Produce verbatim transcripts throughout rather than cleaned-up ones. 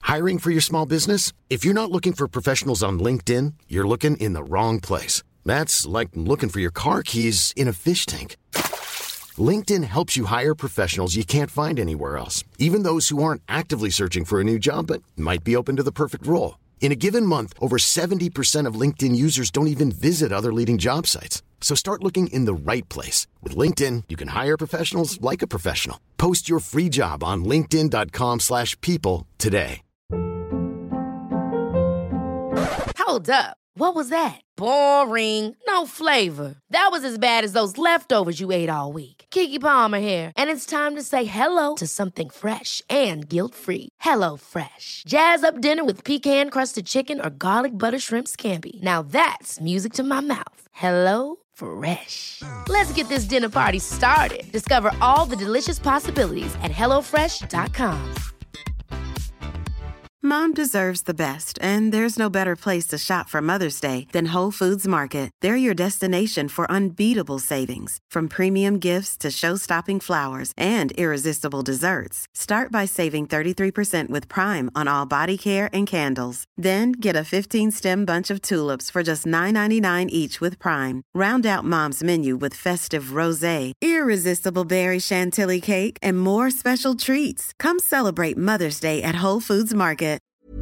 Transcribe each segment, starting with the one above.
Hiring for your small business? If you're not looking for professionals on LinkedIn, you're looking in the wrong place. That's like looking for your car keys in a fish tank. LinkedIn helps you hire professionals you can't find anywhere else, even those who aren't actively searching for a new job but might be open to the perfect role. In a given month, over seventy percent of LinkedIn users don't even visit other leading job sites. So start looking in the right place. With LinkedIn, you can hire professionals like a professional. Post your free job on linkedin.com slash people today. Hold up. What was that? Boring. No flavor. That was as bad as those leftovers you ate all week. Keke Palmer here, and it's time to say hello to something fresh and guilt-free. Hello Fresh. Jazz up dinner with pecan-crusted chicken or garlic butter shrimp scampi. Now that's music to my mouth. Hello Fresh. Let's get this dinner party started. Discover all the delicious possibilities at hello fresh dot com. Mom deserves the best, and there's no better place to shop for Mother's Day than Whole Foods Market. They're your destination for unbeatable savings, from premium gifts to show-stopping flowers and irresistible desserts. Start by saving thirty-three percent with Prime on all body care and candles. Then get a fifteen-stem bunch of tulips for just nine ninety-nine each with Prime. Round out Mom's menu with festive rosé, irresistible berry chantilly cake, and more special treats. Come celebrate Mother's Day at Whole Foods Market.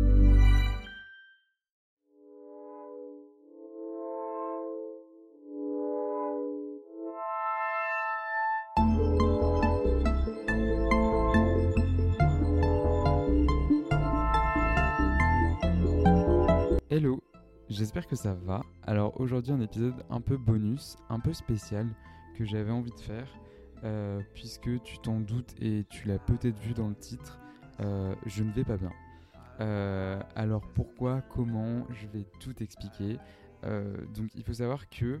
Hello, j'espère que ça va. Alors aujourd'hui un épisode un peu bonus, un peu spécial que j'avais envie de faire euh, puisque tu t'en doutes et tu l'as peut-être vu dans le titre, euh, je ne vais pas bien. Euh, alors pourquoi, comment, je vais tout expliquer. Euh, donc il faut savoir que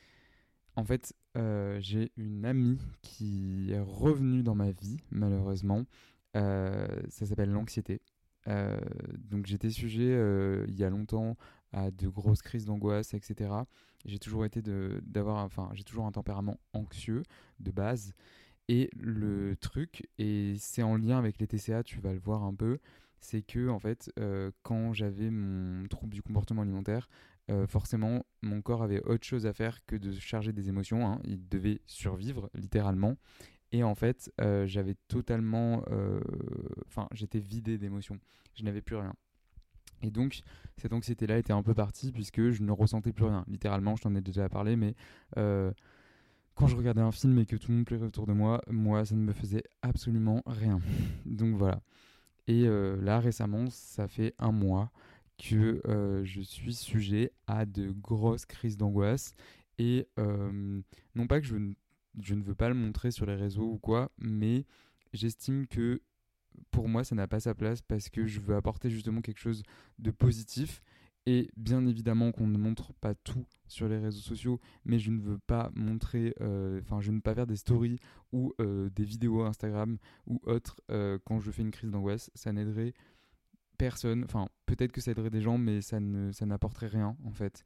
en fait euh, j'ai une amie qui est revenue dans ma vie malheureusement. Euh, ça s'appelle l'anxiété. Euh, donc j'étais sujet euh, il y a longtemps à de grosses crises d'angoisse, et cetera. J'ai toujours été de, d'avoir, enfin j'ai toujours un tempérament anxieux de base. Et le truc, et c'est en lien avec les T C A, tu vas le voir un peu, c'est que en fait euh, quand j'avais mon trouble du comportement alimentaire, euh, forcément mon corps avait autre chose à faire que de charger des émotions, hein. Il devait survivre littéralement. Et en fait, euh, j'avais totalement... Enfin, euh, j'étais vidé d'émotions. Je n'avais plus rien. Et donc, cette anxiété-là était un peu partie puisque je ne ressentais plus rien. Littéralement, je t'en ai déjà parlé, mais euh, quand je regardais un film et que tout le monde pleurait autour de moi, moi, ça ne me faisait absolument rien. Donc voilà. Et euh, là, récemment, ça fait un mois que euh, je suis sujet à de grosses crises d'angoisse. Et euh, non pas que je... Je ne veux pas le montrer sur les réseaux ou quoi, mais j'estime que pour moi, ça n'a pas sa place parce que je veux apporter justement quelque chose de positif. Et bien évidemment qu'on ne montre pas tout sur les réseaux sociaux, mais je ne veux pas montrer, enfin, euh, je ne veux pas faire des stories ou euh, des vidéos Instagram ou autres euh, quand je fais une crise d'angoisse. Ça n'aiderait personne. Enfin, peut-être que ça aiderait des gens, mais ça, ne, ça n'apporterait rien en fait.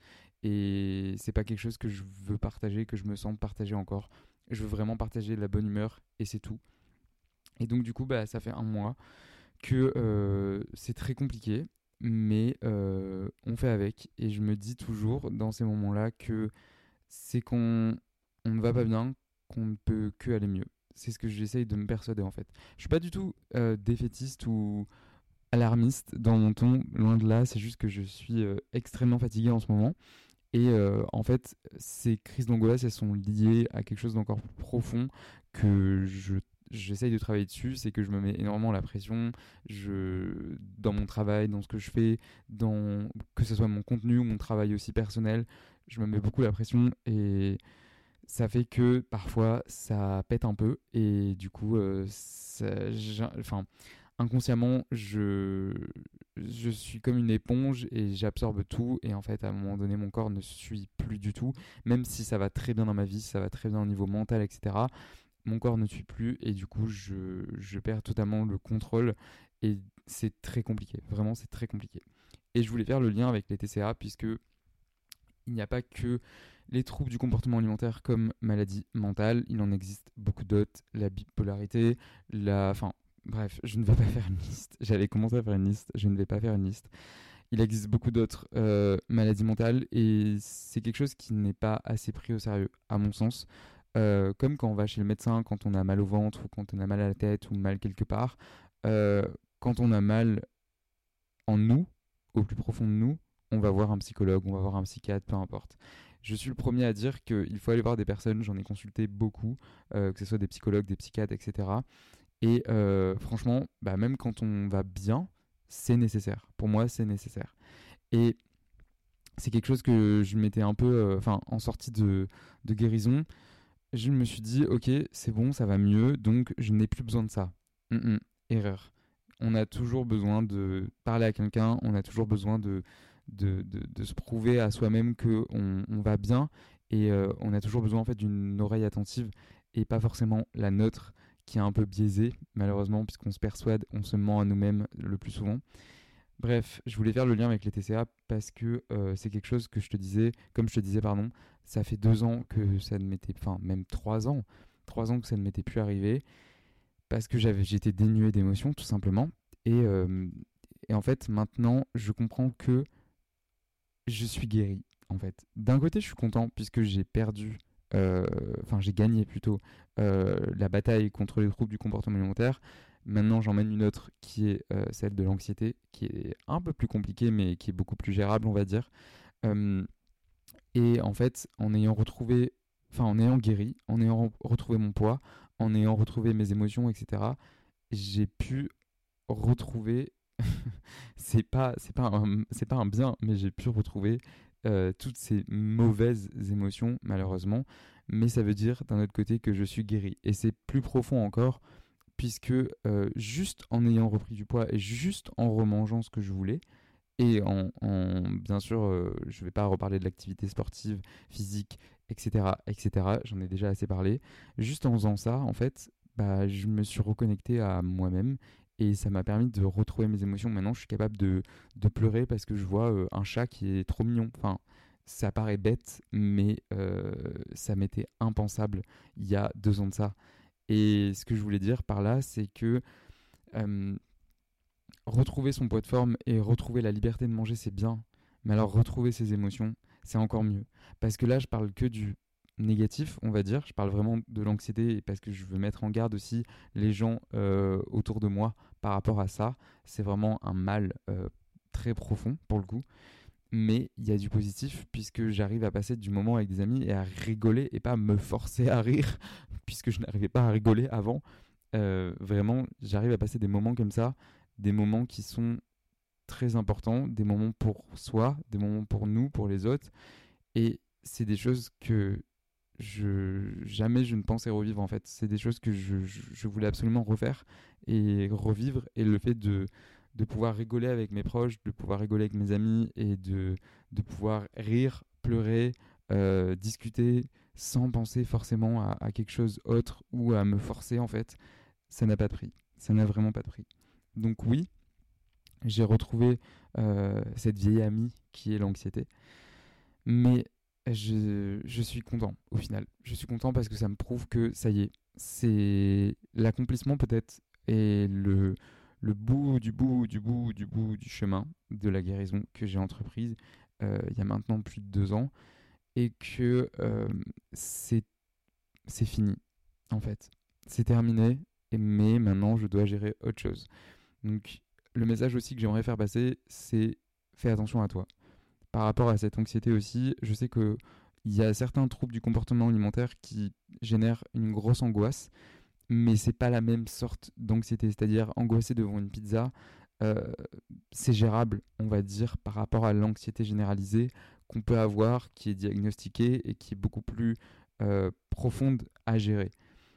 Et c'est pas quelque chose que je veux partager, que je me sens partager encore. Je veux vraiment partager de la bonne humeur et c'est tout. Et donc du coup, bah, ça fait un mois que euh, c'est très compliqué, mais euh, on fait avec. Et je me dis toujours dans ces moments-là que c'est qu'on on ne va pas bien, qu'on ne peut que aller mieux. C'est ce que j'essaye de me persuader en fait. Je suis pas du tout euh, défaitiste ou alarmiste dans mon ton, loin de là. C'est juste que je suis euh, extrêmement fatigué en ce moment. Et euh, en fait, ces crises d'angoisse, elles sont liées à quelque chose d'encore plus profond que je, j'essaye de travailler dessus. C'est que je me mets énormément la pression je, dans mon travail, dans ce que je fais, dans, que ce soit mon contenu ou mon travail aussi personnel. Je me mets beaucoup la pression et ça fait que parfois, ça pète un peu. Et du coup, euh, ça, enfin... inconsciemment, je, je suis comme une éponge et j'absorbe tout. Et en fait, à un moment donné, mon corps ne suit plus du tout. Même si ça va très bien dans ma vie, ça va très bien au niveau mental, et cetera. Mon corps ne suit plus et du coup, je, je perds totalement le contrôle. Et c'est très compliqué. Vraiment, c'est très compliqué. Et je voulais faire le lien avec les T C A puisque il n'y a pas que les troubles du comportement alimentaire comme maladie mentale. Il en existe beaucoup d'autres. La bipolarité, la... Enfin, bref, je ne vais pas faire une liste. J'avais commencé à faire une liste, je ne vais pas faire une liste. Il existe beaucoup d'autres euh, maladies mentales et c'est quelque chose qui n'est pas assez pris au sérieux, à mon sens. Euh, comme quand on va chez le médecin, quand on a mal au ventre ou quand on a mal à la tête ou mal quelque part, euh, quand on a mal en nous, au plus profond de nous, on va voir un psychologue, on va voir un psychiatre, peu importe. Je suis le premier à dire qu'il faut aller voir des personnes, j'en ai consulté beaucoup, euh, que ce soit des psychologues, des psychiatres, et cetera. Et euh, franchement, bah, même quand on va bien, c'est nécessaire. Pour moi, c'est nécessaire. Et c'est quelque chose que je m'étais un peu... Enfin, euh, en sortie de, de guérison, je me suis dit, ok, c'est bon, ça va mieux, donc je n'ai plus besoin de ça. Mm-mm, erreur. On a toujours besoin de parler à quelqu'un, on a toujours besoin de, de, de, de se prouver à soi-même qu'on on va bien, et euh, on a toujours besoin en fait d'une oreille attentive, et pas forcément la nôtre, qui est un peu biaisée, malheureusement, puisqu'on se persuade, on se ment à nous-mêmes le plus souvent. Bref, je voulais faire le lien avec les T C A parce que euh, c'est quelque chose que je te disais, comme je te disais, pardon, ça fait deux ans que ça ne m'était, enfin même trois ans, trois ans que ça ne m'était plus arrivé parce que j'avais, j'étais dénué d'émotions tout simplement. Et, euh, et en fait, maintenant, je comprends que je suis guéri. En fait, d'un côté, je suis content puisque j'ai perdu, euh, enfin j'ai gagné plutôt euh, la bataille contre les troubles du comportement alimentaire. Maintenant, j'en mène une autre qui est euh, celle de l'anxiété, qui est un peu plus compliquée, mais qui est beaucoup plus gérable, on va dire. Euh, et en fait, en ayant retrouvé, enfin, en ayant guéri, en ayant retrouvé mon poids, en ayant retrouvé mes émotions, et cetera, j'ai pu retrouver, c'est pas, c'est pas un, c'est pas un bien, mais j'ai pu retrouver euh, toutes ces mauvaises émotions, malheureusement. Mais ça veut dire, d'un autre côté, que je suis guéri. Et c'est plus profond encore, puisque euh, juste en ayant repris du poids et juste en remangeant ce que je voulais, et en, en bien sûr, euh, je ne vais pas reparler de l'activité sportive, physique, et cetera, et cetera. J'en ai déjà assez parlé. Juste en faisant ça, en fait, bah, je me suis reconnecté à moi-même et ça m'a permis de retrouver mes émotions. Maintenant, je suis capable de, de pleurer parce que je vois euh, un chat qui est trop mignon. Enfin, ça paraît bête, mais euh, ça m'était impensable il y a deux ans de ça. Et ce que je voulais dire par là, c'est que euh, retrouver son poids de forme et retrouver la liberté de manger, c'est bien. Mais alors retrouver ses émotions, c'est encore mieux. Parce que là, je parle que du négatif, on va dire. Je parle vraiment de l'anxiété parce que je veux mettre en garde aussi les gens euh, autour de moi par rapport à ça. C'est vraiment un mal euh, très profond pour le coup. Mais il y a du positif puisque j'arrive à passer du moment avec des amis et à rigoler et pas à me forcer à rire puisque je n'arrivais pas à rigoler avant. Euh, vraiment, j'arrive à passer des moments comme ça, des moments qui sont très importants, des moments pour soi, des moments pour nous, pour les autres. Et c'est des choses que je jamais je ne pensais revivre en fait. C'est des choses que je, je, je voulais absolument refaire et revivre. Et le fait de de pouvoir rigoler avec mes proches, de pouvoir rigoler avec mes amis et de, de pouvoir rire, pleurer, euh, discuter sans penser forcément à, à quelque chose autre ou à me forcer en fait, ça n'a pas de prix. Ça n'a vraiment pas de prix. Donc oui, j'ai retrouvé euh, cette vieille amie qui est l'anxiété, mais je, je suis content au final. Je suis content parce que ça me prouve que ça y est, c'est l'accomplissement peut-être et le le bout du bout du bout du bout du chemin de la guérison que j'ai entreprise euh, il y a maintenant plus de deux ans et que euh, c'est, c'est fini en fait. C'est terminé, et, mais maintenant je dois gérer autre chose. Donc le message aussi que j'aimerais faire passer, c'est fais attention à toi. Par rapport à cette anxiété aussi, je sais qu'il y a certains troubles du comportement alimentaire qui génèrent une grosse angoisse, mais c'est pas la même sorte d'anxiété, c'est-à-dire angoisser devant une pizza, euh, c'est gérable, on va dire, par rapport à l'anxiété généralisée qu'on peut avoir, qui est diagnostiquée et qui est beaucoup plus euh, profonde à gérer.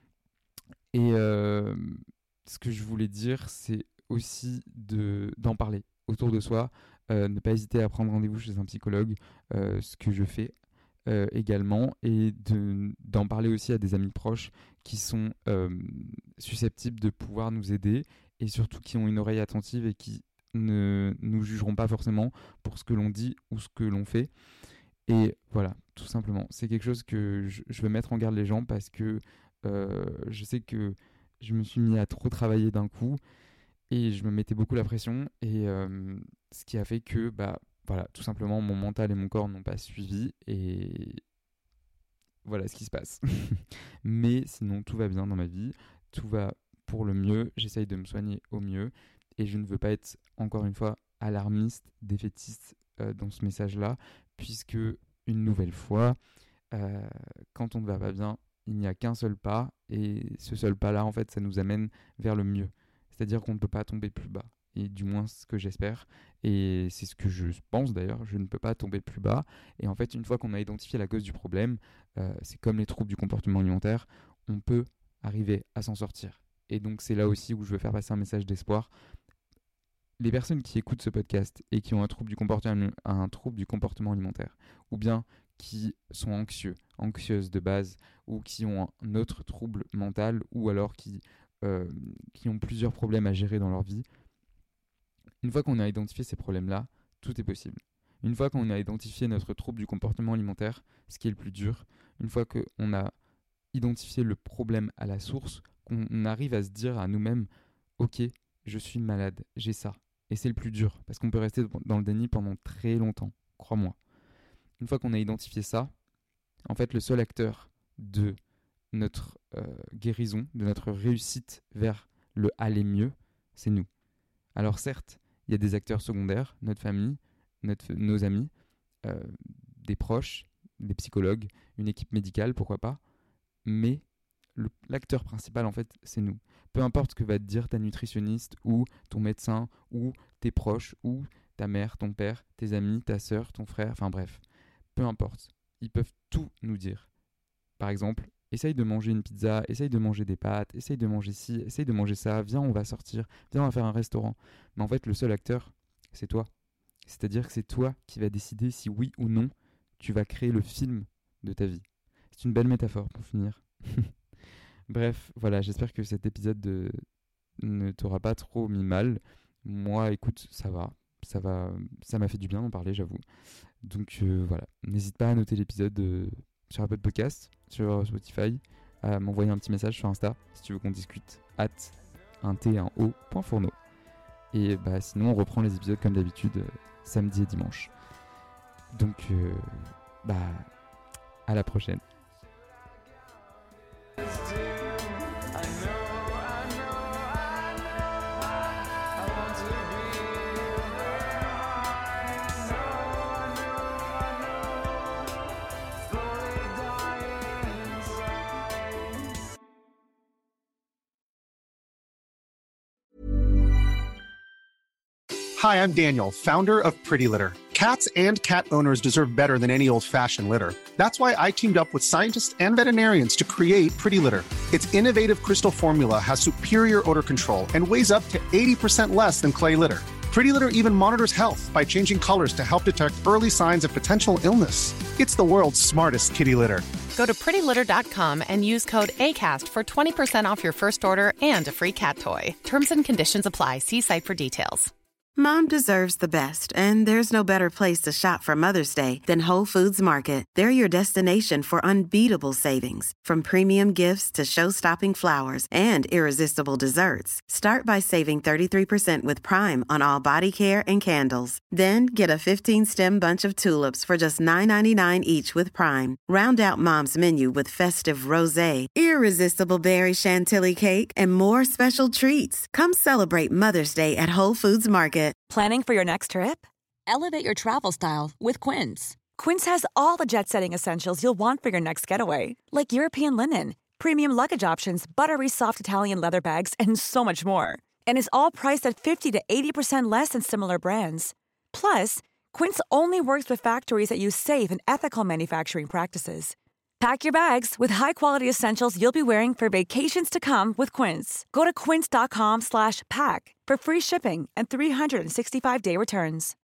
Et euh, ce que je voulais dire, c'est aussi de, d'en parler autour de soi, euh, ne pas hésiter à prendre rendez-vous chez un psychologue, euh, ce que je fais Euh, également, et de, d'en parler aussi à des amis proches qui sont euh, susceptibles de pouvoir nous aider et surtout qui ont une oreille attentive et qui ne nous jugeront pas forcément pour ce que l'on dit ou ce que l'on fait. Et voilà, tout simplement. C'est quelque chose que je, je veux mettre en garde les gens parce que euh, je sais que je me suis mis à trop travailler d'un coup et je me mettais beaucoup la pression. Et euh, ce qui a fait que, bah, voilà, tout simplement, mon mental et mon corps n'ont pas suivi. Et voilà ce qui se passe. Mais sinon, tout va bien dans ma vie. Tout va pour le mieux. J'essaye de me soigner au mieux. Et je ne veux pas être, encore une fois, alarmiste, défaitiste euh, dans ce message-là, puisque, une nouvelle fois, euh, quand on ne va pas bien, il n'y a qu'un seul pas, et ce seul pas-là, en fait, ça nous amène vers le mieux. C'est-à-dire qu'on ne peut pas tomber plus bas, et du moins ce que j'espère, et c'est ce que je pense d'ailleurs, je ne peux pas tomber plus bas. Et en fait, une fois qu'on a identifié la cause du problème, euh, c'est comme les troubles du comportement alimentaire, on peut arriver à s'en sortir. Et donc c'est là aussi où je veux faire passer un message d'espoir. Les personnes qui écoutent ce podcast et qui ont un trouble du comportement, un trouble du comportement alimentaire, ou bien qui sont anxieux, anxieuses de base, ou qui ont un autre trouble mental, ou alors qui, euh, qui ont plusieurs problèmes à gérer dans leur vie, une fois qu'on a identifié ces problèmes-là, tout est possible. Une fois qu'on a identifié notre trouble du comportement alimentaire, ce qui est le plus dur, une fois qu'on a identifié le problème à la source, qu'on arrive à se dire à nous-mêmes « Ok, je suis malade, j'ai ça ». Et c'est le plus dur, parce qu'on peut rester dans le déni pendant très longtemps, crois-moi. Une fois qu'on a identifié ça, en fait, le seul acteur de notre euh, guérison, de notre réussite vers le aller mieux, c'est nous. Alors certes, il y a des acteurs secondaires, notre famille, notre, nos amis, euh, des proches, des psychologues, une équipe médicale, pourquoi pas, mais le, l'acteur principal, en fait, c'est nous. Peu importe ce que va te dire ta nutritionniste ou ton médecin ou tes proches ou ta mère, ton père, tes amis, ta sœur, ton frère, enfin bref, peu importe. Ils peuvent tout nous dire. Par exemple, essaye de manger une pizza, essaye de manger des pâtes, essaye de manger ci, essaye de manger ça, viens on va sortir, viens on va faire un restaurant. Mais en fait, le seul acteur, c'est toi. C'est-à-dire que c'est toi qui vas décider si oui ou non tu vas créer le film de ta vie. C'est une belle métaphore pour finir. Bref, voilà, j'espère que cet épisode de... ne t'aura pas trop mis mal. Moi, écoute, ça va. Ça va, ça m'a fait du bien d'en parler, j'avoue. Donc euh, voilà, n'hésite pas à noter l'épisode euh, sur Apple Podcast, sur Spotify, à m'envoyer un petit message sur Insta si tu veux qu'on discute. at un t un o point fourneau. Et bah sinon, on reprend les épisodes comme d'habitude euh, samedi et dimanche. Donc euh, bah à la prochaine. Hi, I'm Daniel, founder of Pretty Litter. Cats and cat owners deserve better than any old-fashioned litter. That's why I teamed up with scientists and veterinarians to create Pretty Litter. Its innovative crystal formula has superior odor control and weighs up to eighty percent less than clay litter. Pretty Litter even monitors health by changing colors to help detect early signs of potential illness. It's the world's smartest kitty litter. Go to pretty litter dot com and use code ACAST for twenty percent off your first order and a free cat toy. Terms and conditions apply. See site for details. Mom deserves the best, and there's no better place to shop for Mother's Day than Whole Foods Market. They're your destination for unbeatable savings, from premium gifts to show-stopping flowers and irresistible desserts. Start by saving thirty-three percent with Prime on all body care and candles. Then get a fifteen-stem bunch of tulips for just nine ninety-nine each with Prime. Round out Mom's menu with festive rosé, irresistible berry chantilly cake, and more special treats. Come celebrate Mother's Day at Whole Foods Market. Planning for your next trip? Elevate your travel style with Quince. Quince has all the jet-setting essentials you'll want for your next getaway, like European linen, premium luggage options, buttery soft Italian leather bags, and so much more. And is all priced at fifty to eighty percent less than similar brands. Plus, Quince only works with factories that use safe and ethical manufacturing practices. Pack your bags with high-quality essentials you'll be wearing for vacations to come with Quince. Go to quince dot com slash pack for free shipping and three sixty-five day returns.